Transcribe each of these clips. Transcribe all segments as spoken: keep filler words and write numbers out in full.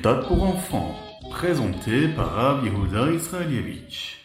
méthode pour enfants, présenté par Rav Yehuda Israelievich.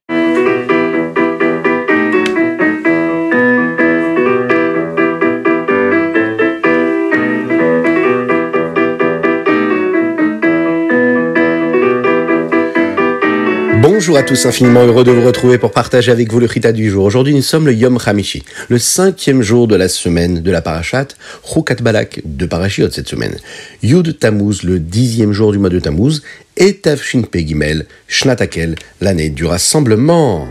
Bonjour à tous, infiniment heureux de vous retrouver pour partager avec vous le Chita du jour. Aujourd'hui, nous sommes le Yom Hamishi, le cinquième jour de la semaine de la Parashat, Chukat Balak, de Parashiot cette semaine. Yud Tammuz, le dixième jour du mois de Tammuz, et Tavshin Pei Gimel, Shnat Hakel, l'année du rassemblement.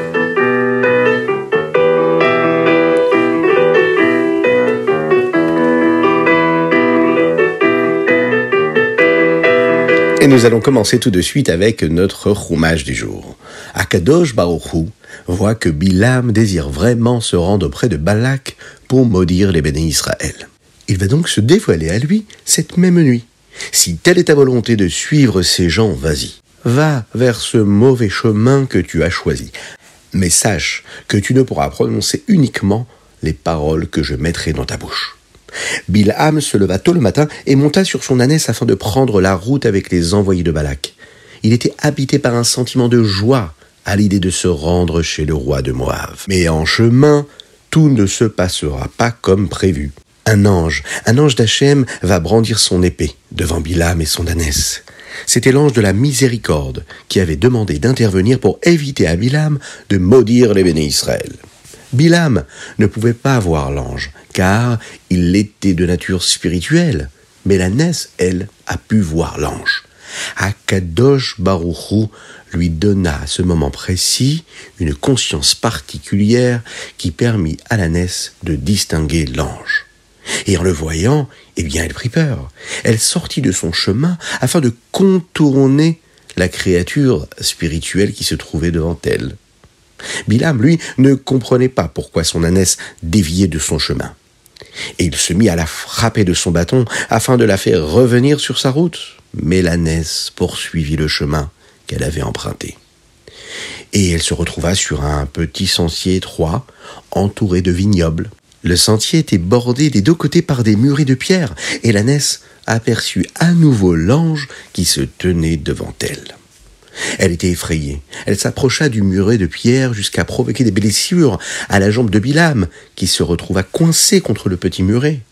Et nous allons commencer tout de suite avec notre choumage du jour. Akadosh Baruch Hu voit que Bilam désire vraiment se rendre auprès de Balak pour maudire les béné Israël. Il va donc se dévoiler à lui cette même nuit. Si telle est ta volonté de suivre ces gens, vas-y. Va vers ce mauvais chemin que tu as choisi. Mais sache que tu ne pourras prononcer uniquement les paroles que je mettrai dans ta bouche. Bilham se leva tôt le matin et monta sur son ânesse afin de prendre la route avec les envoyés de Balak. Il était habité par un sentiment de joie à l'idée de se rendre chez le roi de Moab. Mais en chemin, tout ne se passera pas comme prévu. Un ange, un ange d'Hachem va brandir son épée devant Bilham et son ânesse. C'était l'ange de la miséricorde qui avait demandé d'intervenir pour éviter à Bilham de maudire les béné Israël. Bilham ne pouvait pas voir l'ange, car il était de nature spirituelle, mais l'ânesse, elle, a pu voir l'ange. Akadosh Baruch Hu lui donna à ce moment précis une conscience particulière qui permit à l'ânesse de distinguer l'ange. Et en le voyant, eh bien, elle prit peur. Elle sortit de son chemin afin de contourner la créature spirituelle qui se trouvait devant elle. Bilham, lui, ne comprenait pas pourquoi son ânesse déviait de son chemin. Et il se mit à la frapper de son bâton afin de la faire revenir sur sa route. Mais l'ânesse poursuivit le chemin qu'elle avait emprunté. Et elle se retrouva sur un petit sentier étroit, entouré de vignobles. Le sentier était bordé des deux côtés par des murets de pierre, et l'ânesse aperçut à nouveau l'ange qui se tenait devant elle. Elle était effrayée. Elle s'approcha du muret de pierre jusqu'à provoquer des blessures à la jambe de Bilham, qui se retrouva coincé contre le petit muret.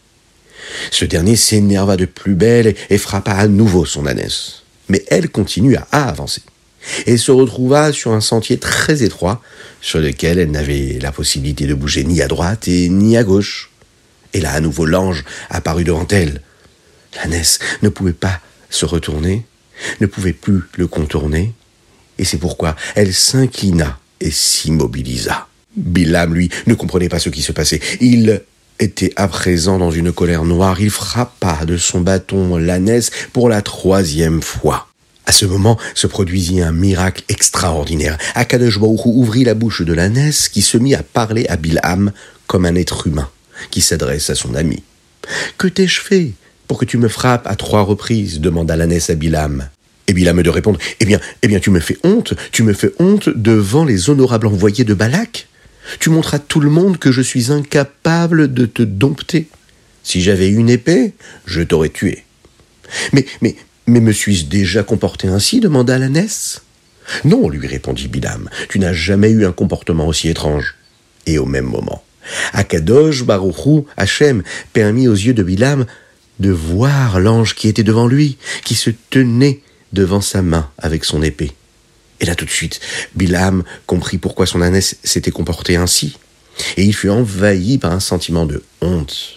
Ce dernier s'énerva de plus belle et frappa à nouveau son ânesse. Mais elle continua à avancer et se retrouva sur un sentier très étroit sur lequel elle n'avait la possibilité de bouger ni à droite et ni à gauche. Et là, à nouveau, l'ange apparut devant elle. L'ânesse ne pouvait pas se retourner, ne pouvait plus le contourner, et c'est pourquoi elle s'inclina et s'immobilisa. Bilham, lui, ne comprenait pas ce qui se passait. Il était à présent dans une colère noire. Il frappa de son bâton l'ânesse pour la troisième fois. À ce moment se produisit un miracle extraordinaire. Akadosh Baruch Hu ouvrit la bouche de l'ânesse qui se mit à parler à Bilham comme un être humain qui s'adresse à son ami. « Que t'ai-je fait pour que tu me frappes à trois reprises ?» demanda l'ânesse à Bilham. Et Bilham de répondre, eh bien, eh bien, tu me fais honte, tu me fais honte devant les honorables envoyés de Balak. Tu montres à tout le monde que je suis incapable de te dompter. Si j'avais une épée, je t'aurais tué. Mais, mais, mais me suis-je déjà comporté ainsi demanda l'ânesse. Non, lui répondit Bilham, tu n'as jamais eu un comportement aussi étrange. Et au même moment, Akadosh Baruch Hu, Hachem, permit aux yeux de Bilham de voir l'ange qui était devant lui, qui se tenait devant sa main avec son épée. Et là tout de suite, Bilham comprit pourquoi son ânesse s'était comportée ainsi, et il fut envahi par un sentiment de honte.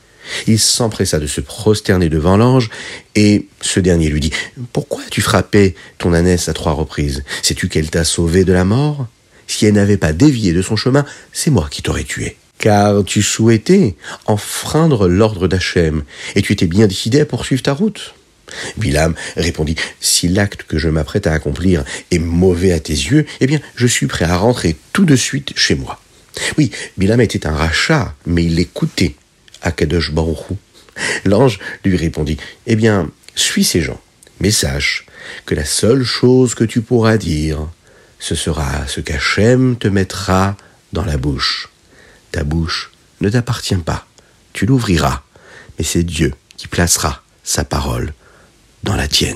Il s'empressa de se prosterner devant l'ange, et ce dernier lui dit « Pourquoi as-tu frappé ton ânesse à trois reprises? Sais-tu qu'elle t'a sauvé de la mort? Si elle n'avait pas dévié de son chemin, c'est moi qui t'aurais tué. Car tu souhaitais enfreindre l'ordre d'Hachem, et tu étais bien décidé à poursuivre ta route. » Bilham répondit, « Si l'acte que je m'apprête à accomplir est mauvais à tes yeux, eh bien, je suis prêt à rentrer tout de suite chez moi. » Oui, Bilham était un rachat, mais il écoutait Akadosh Baruch Hu. L'ange lui répondit, « Eh bien, suis ces gens, mais sache que la seule chose que tu pourras dire, ce sera ce qu'Hachem te mettra dans la bouche. Ta bouche ne t'appartient pas, tu l'ouvriras, mais c'est Dieu qui placera sa parole dans la tienne.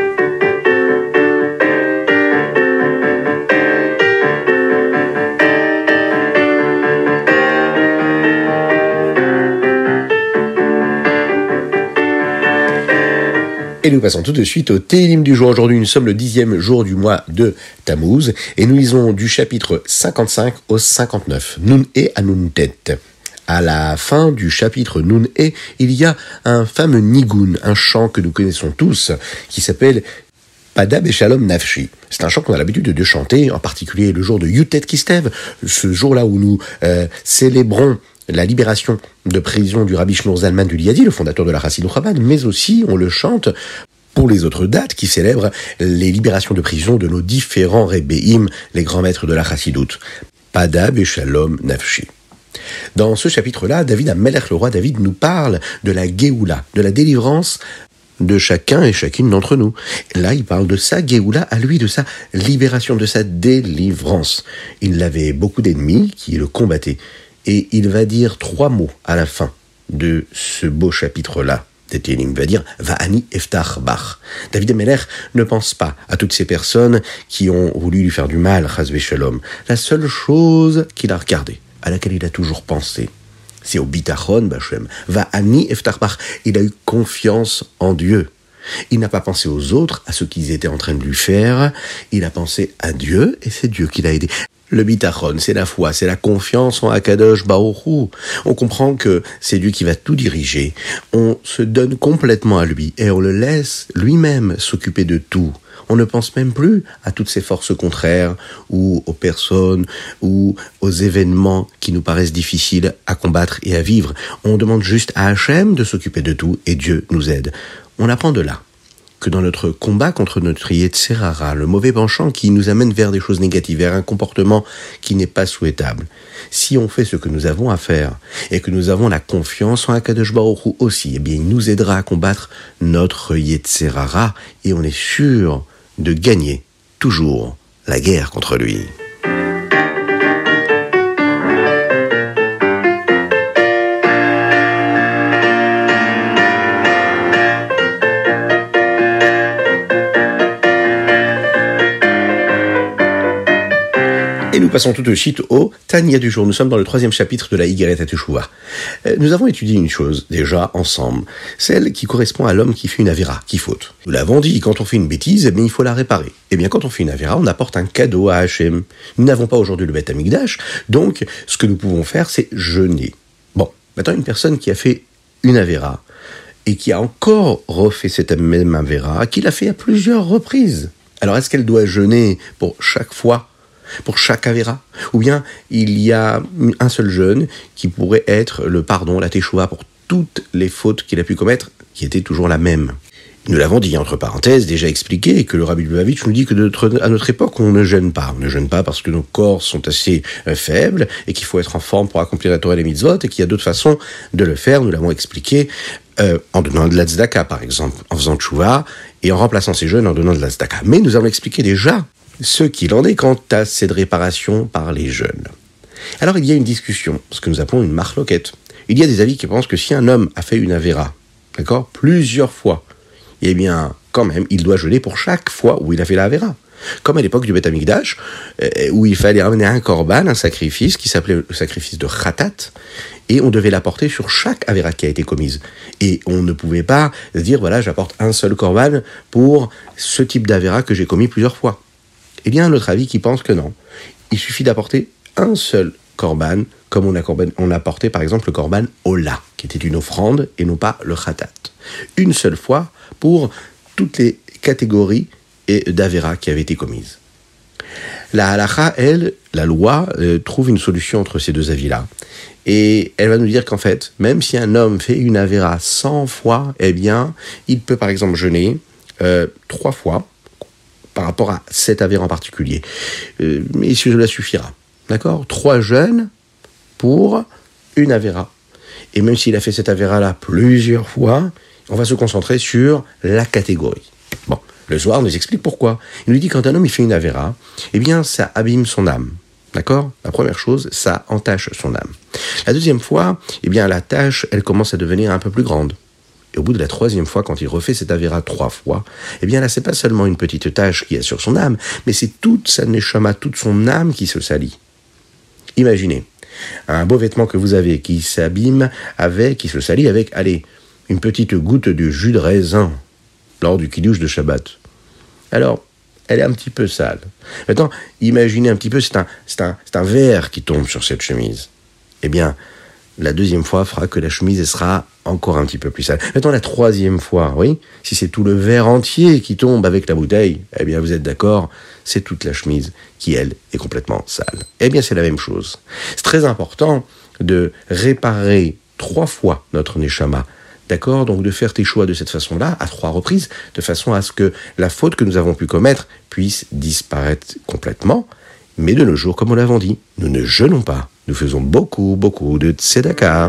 Et nous passons tout de suite au Télim du jour. Aujourd'hui, nous sommes le dixième jour du mois de Tammuz et nous lisons du chapitre cinquante-cinq au cinquante-neuf. Nun e à Nun tet. À la fin du chapitre Nun e, il y a un fameux nigun, un chant que nous connaissons tous, qui s'appelle Pada Beshalom Nafshi. C'est un chant qu'on a l'habitude de chanter, en particulier le jour de Yutet Kistev, ce jour-là où nous euh, célébrons la libération de prison du Rabbi Shneur Zalman du Liadi, le fondateur de la Chassidut Chabad, mais aussi on le chante pour les autres dates qui célèbrent les libérations de prison de nos différents Rebbeim, les grands maîtres de la Chassidut. Pada Beshalom Nafshi. Dans ce chapitre-là, David HaMelech, le roi David, nous parle de la Géoula, de la délivrance de chacun et chacune d'entre nous. Là, il parle de sa Géoula à lui, de sa libération, de sa délivrance. Il avait beaucoup d'ennemis qui le combattaient. Et il va dire trois mots à la fin de ce beau chapitre-là. Il va dire « Va'ani eftach bach ». David HaMelech ne pense pas à toutes ces personnes qui ont voulu lui faire du mal, chas v'shalom. La seule chose qu'il a regardée, à laquelle il a toujours pensé, c'est au bitachon b'Hashem. Va'ani eftach bach. Il a eu confiance en Dieu. Il n'a pas pensé aux autres, à ce qu'ils étaient en train de lui faire. Il a pensé à Dieu et c'est Dieu qui l'a aidé. Le bitachon, c'est la foi, c'est la confiance en Akadosh Baruch Hu. On comprend que c'est Dieu qui va tout diriger. On se donne complètement à lui et on le laisse lui-même s'occuper de tout. On ne pense même plus à toutes ces forces contraires ou aux personnes ou aux événements qui nous paraissent difficiles à combattre et à vivre. On demande juste à Hachem de s'occuper de tout et Dieu nous aide. On apprend de là que dans notre combat contre notre Yetzer Hara, le mauvais penchant qui nous amène vers des choses négatives, vers un comportement qui n'est pas souhaitable, si on fait ce que nous avons à faire et que nous avons la confiance en Akadosh Baruch Hu aussi, eh bien il nous aidera à combattre notre Yetzer Hara et on est sûr de gagner toujours la guerre contre lui. Et nous passons tout de suite au Tania du jour. Nous sommes dans le troisième chapitre de la Igeret HaTeshuvah. Nous avons étudié une chose, déjà, ensemble. Celle qui correspond à l'homme qui fait une avéra, qui faute. Nous l'avons dit, quand on fait une bêtise, eh bien, il faut la réparer. Eh bien, quand on fait une avéra, on apporte un cadeau à Hachem. Nous n'avons pas aujourd'hui le Beth Amikdash, donc, ce que nous pouvons faire, c'est jeûner. Bon, maintenant, une personne qui a fait une avéra, et qui a encore refait cette même avéra, qui l'a fait à plusieurs reprises. Alors, est-ce qu'elle doit jeûner pour chaque fois, pour chaque avéra? Ou bien il y a un seul jeûne qui pourrait être le pardon, la teshuva pour toutes les fautes qu'il a pu commettre, qui étaient toujours la même. Nous l'avons dit, entre parenthèses, déjà expliqué, et que le Rabbi Lubavitch nous dit que de notre, à notre époque, on ne jeûne pas. On ne jeûne pas parce que nos corps sont assez euh, faibles, et qu'il faut être en forme pour accomplir la Torah et les mitzvot, et qu'il y a d'autres façons de le faire. Nous l'avons expliqué euh, en donnant de la tzedaka, par exemple, en faisant tchouva, et en remplaçant ces jeûnes en donnant de la tzedaka. Mais nous avons expliqué déjà ce qu'il en est quant à cette réparation par les jeûnes. Alors il y a une discussion, ce que nous appelons une marloquette. Il y a des avis qui pensent que si un homme a fait une avéra, d'accord, plusieurs fois, eh bien, quand même, il doit jeûner pour chaque fois où il a fait la avéra. Comme à l'époque du Beth Amikdash, où il fallait ramener un korban, un sacrifice, qui s'appelait le sacrifice de Khatat, et on devait l'apporter sur chaque avéra qui a été commise. Et on ne pouvait pas se dire, voilà, j'apporte un seul korban pour ce type d'avéra que j'ai commis plusieurs fois. Il y a un autre avis qui pense que non. Il suffit d'apporter un seul korban, comme on a, korban, on a apporté par exemple le korban Ola, qui était une offrande et non pas le Khatat. Une seule fois pour toutes les catégories d'avéra qui avaient été commises. La halakha, elle, la loi, euh, trouve une solution entre ces deux avis-là. Et elle va nous dire qu'en fait, même si un homme fait une avéra cent fois, eh bien, il peut par exemple jeûner euh, trois fois, par rapport à cet avéra en particulier. Euh, mais cela suffira. D'accord ? Trois jeûnes pour une avéra. Et même s'il a fait cette avéra-là plusieurs fois, on va se concentrer sur la catégorie. Bon, le Zohar nous explique pourquoi. Il nous dit que quand un homme il fait une avéra, eh bien ça abîme son âme. D'accord ? La première chose, ça entache son âme. La deuxième fois, eh bien la tâche, elle commence à devenir un peu plus grande. Et au bout de la troisième fois, quand il refait cette avéra trois fois, eh bien là, c'est pas seulement une petite tache qui est sur son âme, mais c'est toute sa neshama, toute son âme qui se salit. Imaginez, un beau vêtement que vous avez qui s'abîme avec, qui se salit avec, allez, une petite goutte de jus de raisin lors du kiddush de Shabbat. Alors, elle est un petit peu sale. Maintenant, imaginez un petit peu, c'est un, c'est un, c'est un verre qui tombe sur cette chemise. Eh bien, la deuxième fois fera que la chemise elle sera encore un petit peu plus sale. Maintenant, la troisième fois, oui, si c'est tout le verre entier qui tombe avec la bouteille, eh bien, vous êtes d'accord, c'est toute la chemise qui, elle, est complètement sale. Eh bien, c'est la même chose. C'est très important de réparer trois fois notre neshama. D'accord ? Donc, de faire tes choix de cette façon-là, à trois reprises, de façon à ce que la faute que nous avons pu commettre puisse disparaître complètement. Mais de nos jours, comme on l'avait dit, nous ne jeûnons pas. Nous faisons beaucoup, beaucoup de tzedaka.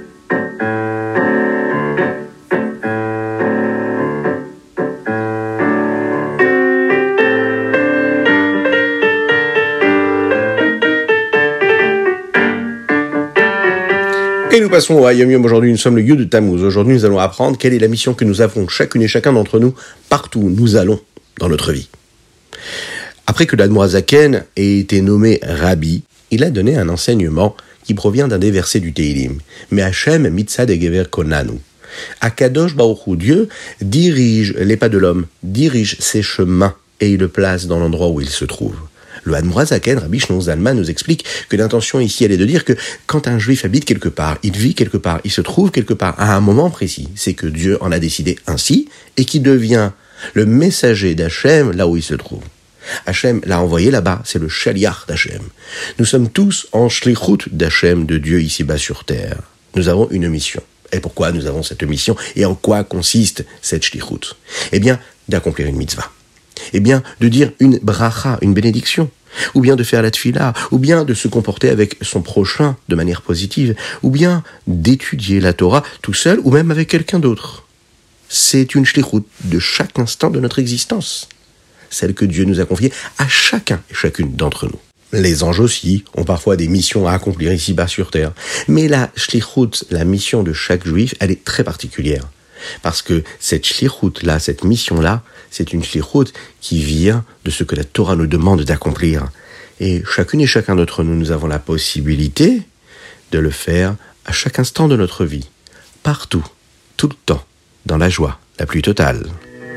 Et nous passons au Hayom Yom. Aujourd'hui, nous sommes le Yud de Tammuz. Aujourd'hui, nous allons apprendre quelle est la mission que nous avons chacune et chacun d'entre nous, partout où nous allons dans notre vie. Après que l'Admor Zaken ait été nommé Rabbi, il a donné un enseignement qui provient d'un des versets du Teilim. Mais Hachem mitzad egever konanu. Akadosh Baruch Hu, Dieu, dirige les pas de l'homme, dirige ses chemins et il le place dans l'endroit où il se trouve. Le Admor Zaken, Rabbi Shlomo Zalman, nous explique que l'intention ici, elle est de dire que quand un juif habite quelque part, il vit quelque part, il se trouve quelque part à un moment précis, c'est que Dieu en a décidé ainsi et qu'il devient le messager d'Hachem là où il se trouve. Hachem l'a envoyé là-bas, c'est le shaliach d'Hachem. Nous sommes tous en shlichut d'Hachem, de Dieu ici-bas sur terre. Nous avons une mission. Et pourquoi nous avons cette mission ? Et en quoi consiste cette shlichut ? Eh bien, d'accomplir une mitzvah. Eh bien, de dire une bracha, une bénédiction. Ou bien de faire la tfila, ou bien de se comporter avec son prochain de manière positive, ou bien d'étudier la Torah tout seul, ou même avec quelqu'un d'autre. C'est une shlichut de chaque instant de notre existence. Celle que Dieu nous a confiée à chacun et chacune d'entre nous. Les anges aussi ont parfois des missions à accomplir ici-bas sur terre. Mais la shlichut, la mission de chaque juif, elle est très particulière. Parce que cette shlichut-là, cette mission-là, c'est une shlichut qui vient de ce que la Torah nous demande d'accomplir. Et chacune et chacun d'entre nous, nous avons la possibilité de le faire à chaque instant de notre vie. Partout, tout le temps, dans la joie la plus totale.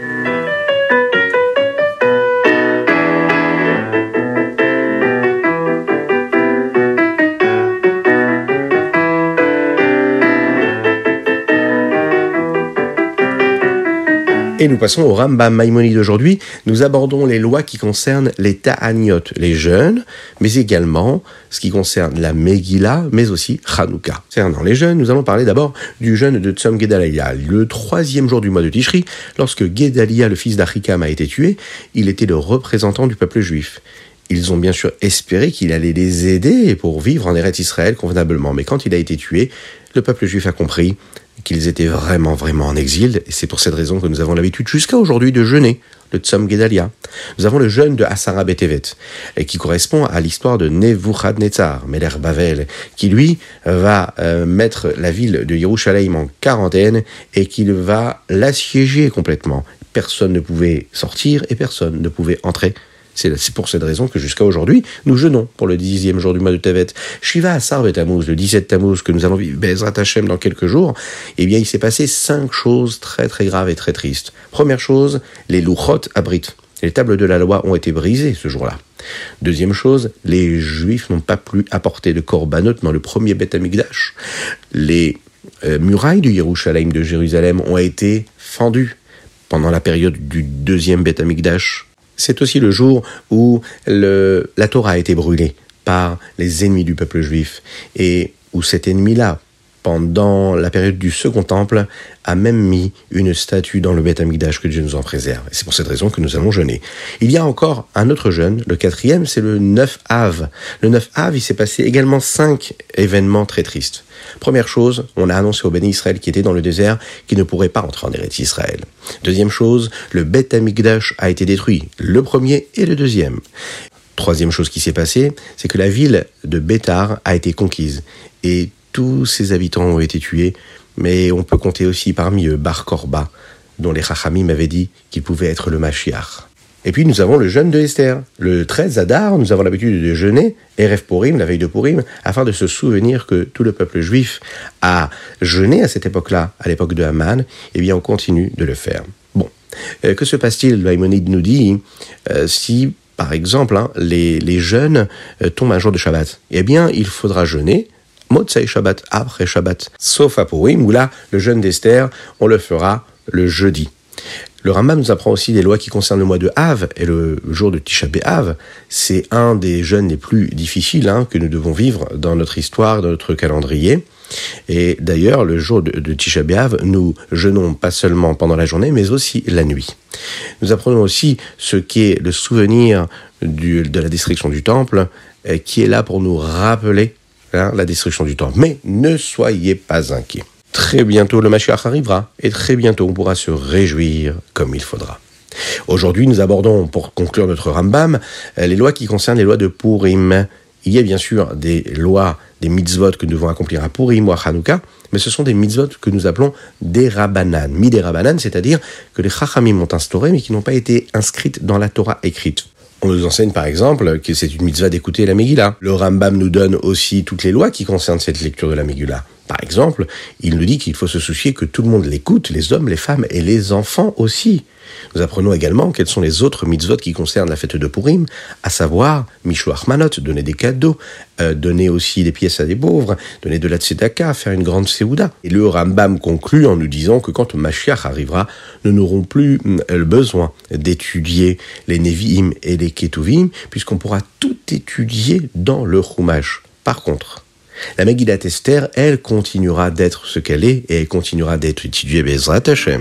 Et nous passons au Rambam Maïmonide d'aujourd'hui. Nous abordons les lois qui concernent les ta'aniot, les jeûnes, mais également ce qui concerne la Megillah, mais aussi Hanouka. Concernant les jeûnes, nous allons parler d'abord du jeûne de Tzom Gedalia. Le troisième jour du mois de Tishri, lorsque Gedalia, le fils d'Achikam, a été tué, il était le représentant du peuple juif. Ils ont bien sûr espéré qu'il allait les aider pour vivre en Eretz Israël convenablement. Mais quand il a été tué, le peuple juif a compris qu'ils étaient vraiment, vraiment en exil. Et c'est pour cette raison que nous avons l'habitude jusqu'à aujourd'hui de jeûner le Tzom Gedalia. Nous avons le jeûne de Asara Betevet, et qui correspond à l'histoire de Nebuchadnezzar, Melech Bavel, qui lui va euh, mettre la ville de Yerushalayim en quarantaine et qu'il va l'assiéger complètement. Personne ne pouvait sortir et personne ne pouvait entrer. C'est pour cette raison que jusqu'à aujourd'hui, nous jeûnons pour le dixième jour du mois de Tevet. Shiva Asar Tammuz, le dix-sept Tammuz, que nous allons vivre Bezrat Hashem dans quelques jours, eh bien, il s'est passé cinq choses très très graves et très tristes. Première chose, les Luchot Abrit. Les tables de la loi ont été brisées ce jour-là. Deuxième chose, les Juifs n'ont pas pu apporter de korbanot dans le premier Beth Amikdash. Les euh, murailles du Yerushalayim de Jérusalem ont été fendues pendant la période du deuxième Beth Amikdash. C'est aussi le jour où le, la Torah a été brûlée par les ennemis du peuple juif et où cet ennemi-là, pendant la période du second temple, a même mis une statue dans le Beth Amikdash, que Dieu nous en préserve. Et c'est pour cette raison que nous allons jeûner. Il y a encore un autre jeûne, le quatrième, c'est le neuf Av. Le neuf Av, il s'est passé également cinq événements très tristes. Première chose, on a annoncé au Béni Israël qui était dans le désert qu'il ne pourrait pas entrer en Eretz Israël. Deuxième chose, le Beth Amikdash a été détruit, le premier et le deuxième. Troisième chose qui s'est passée, c'est que la ville de Bétar a été conquise et tous ses habitants ont été tués mais on peut compter aussi parmi eux Bar Korba, dont les Chachamim avaient dit qu'il pouvait être le Mashiach. Et puis nous avons le jeûne de Esther. Le treize Adar, nous avons l'habitude de jeûner, Erev Purim, la veille de Purim, afin de se souvenir que tout le peuple juif a jeûné à cette époque-là, à l'époque de Haman, et bien on continue de le faire. Bon, euh, que se passe-t-il? Maïmonide nous dit, euh, si par exemple hein, les, les jeûnes euh, tombent un jour de Shabbat, eh bien il faudra jeûner Motzei Shabbat, après Shabbat, sauf à Purim, où là, le jeûne d'Esther, on le fera le jeudi. Le Rambam nous apprend aussi des lois qui concernent le mois de Av et le jour de Tisha B'Av. C'est un des jeûnes les plus difficiles hein, que nous devons vivre dans notre histoire, dans notre calendrier. Et d'ailleurs, le jour de, de Tisha B'Av, nous jeûnons pas seulement pendant la journée, mais aussi la nuit. Nous apprenons aussi ce qu'est le souvenir du, de la destruction du temple, euh, qui est là pour nous rappeler hein, la destruction du temple. Mais ne soyez pas inquiets. Très bientôt, le Mashiach arrivera, et très bientôt, on pourra se réjouir comme il faudra. Aujourd'hui, nous abordons, pour conclure notre Rambam, les lois qui concernent les lois de Purim. Il y a bien sûr des lois, des mitzvot que nous devons accomplir à Purim ou à Hanouka, mais ce sont des mitzvot que nous appelons des Rabbanan. Mi des Rabbanan, c'est-à-dire que les Chachamim ont instauré, mais qui n'ont pas été inscrites dans la Torah écrite. On nous enseigne par exemple que c'est une mitzvah d'écouter la Megillah. Le Rambam nous donne aussi toutes les lois qui concernent cette lecture de la Megillah. Par exemple, il nous dit qu'il faut se soucier que tout le monde l'écoute, les hommes, les femmes et les enfants aussi. Nous apprenons également quels sont les autres mitzvot qui concernent la fête de Purim, à savoir Mishloach Manot, donner des cadeaux, euh, donner aussi des pièces à des pauvres, donner de la tzedaka, faire une grande séouda. Et le Rambam conclut en nous disant que quand Mashiach arrivera, nous n'aurons plus le besoin d'étudier les Nevi'im et les Ketuvim, puisqu'on pourra tout étudier dans le Chumash. Par contre, la Megillat Esther, elle, continuera d'être ce qu'elle est, et elle continuera d'être étudiée Bezrat Hashem.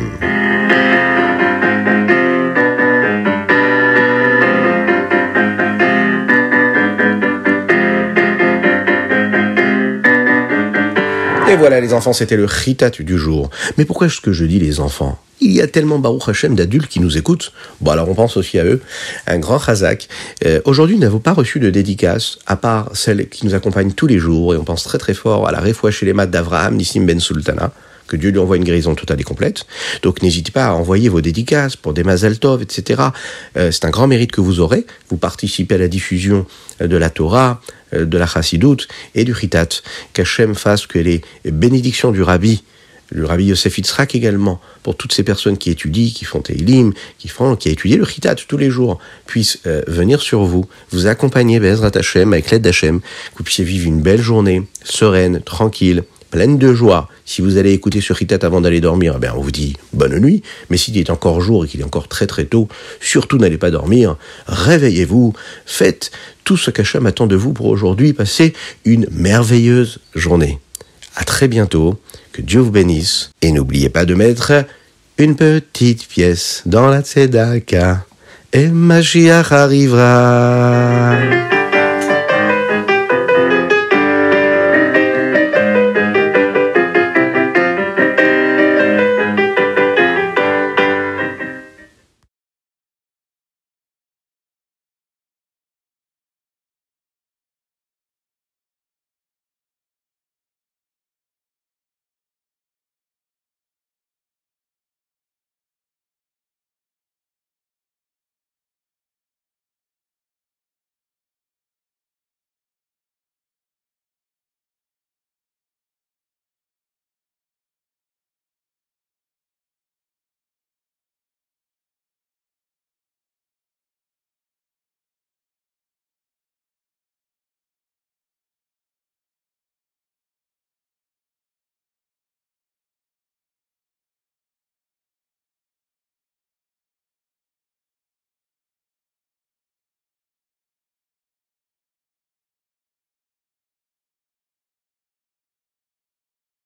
Et voilà les enfants, c'était le chitat du jour. Mais pourquoi est-ce que je dis les enfants ? Il y a tellement Baruch Hashem d'adultes qui nous écoutent. Bon alors on pense aussi à eux. Un grand chazak. Euh, aujourd'hui nous n'avons pas reçu de dédicace, à part celle qui nous accompagne tous les jours, et on pense très très fort à la Refoua Shelema d'Avraham Nissim Ben Sultana, que Dieu lui envoie une guérison totale et complète. Donc n'hésitez pas à envoyer vos dédicaces pour des Mazel Tov, et cetera. Euh, c'est un grand mérite que vous aurez. Vous participez à la diffusion de la Torah, de la Chassidoute et du Chitat. Qu'Hachem fasse que les bénédictions du Rabbi, le Rabbi Yosef Yitzhak également, pour toutes ces personnes qui étudient, qui font Teilim, qui font, qui étudient le Chitat tous les jours, puissent euh, venir sur vous, vous accompagner Be'ezrat Hashem, avec l'aide d'Hachem, que vous puissiez vivre une belle journée, sereine, tranquille, pleine de joie. Si vous allez écouter ce Chitat avant d'aller dormir, eh bien on vous dit bonne nuit. Mais s'il est encore jour et qu'il est encore très très tôt, surtout n'allez pas dormir. Réveillez-vous, faites tout ce qu'Hachem attend de vous pour aujourd'hui. Passez une merveilleuse journée. À très bientôt. Que Dieu vous bénisse. Et n'oubliez pas de mettre une petite pièce dans la tzedaka. Et Mashiach arrivera.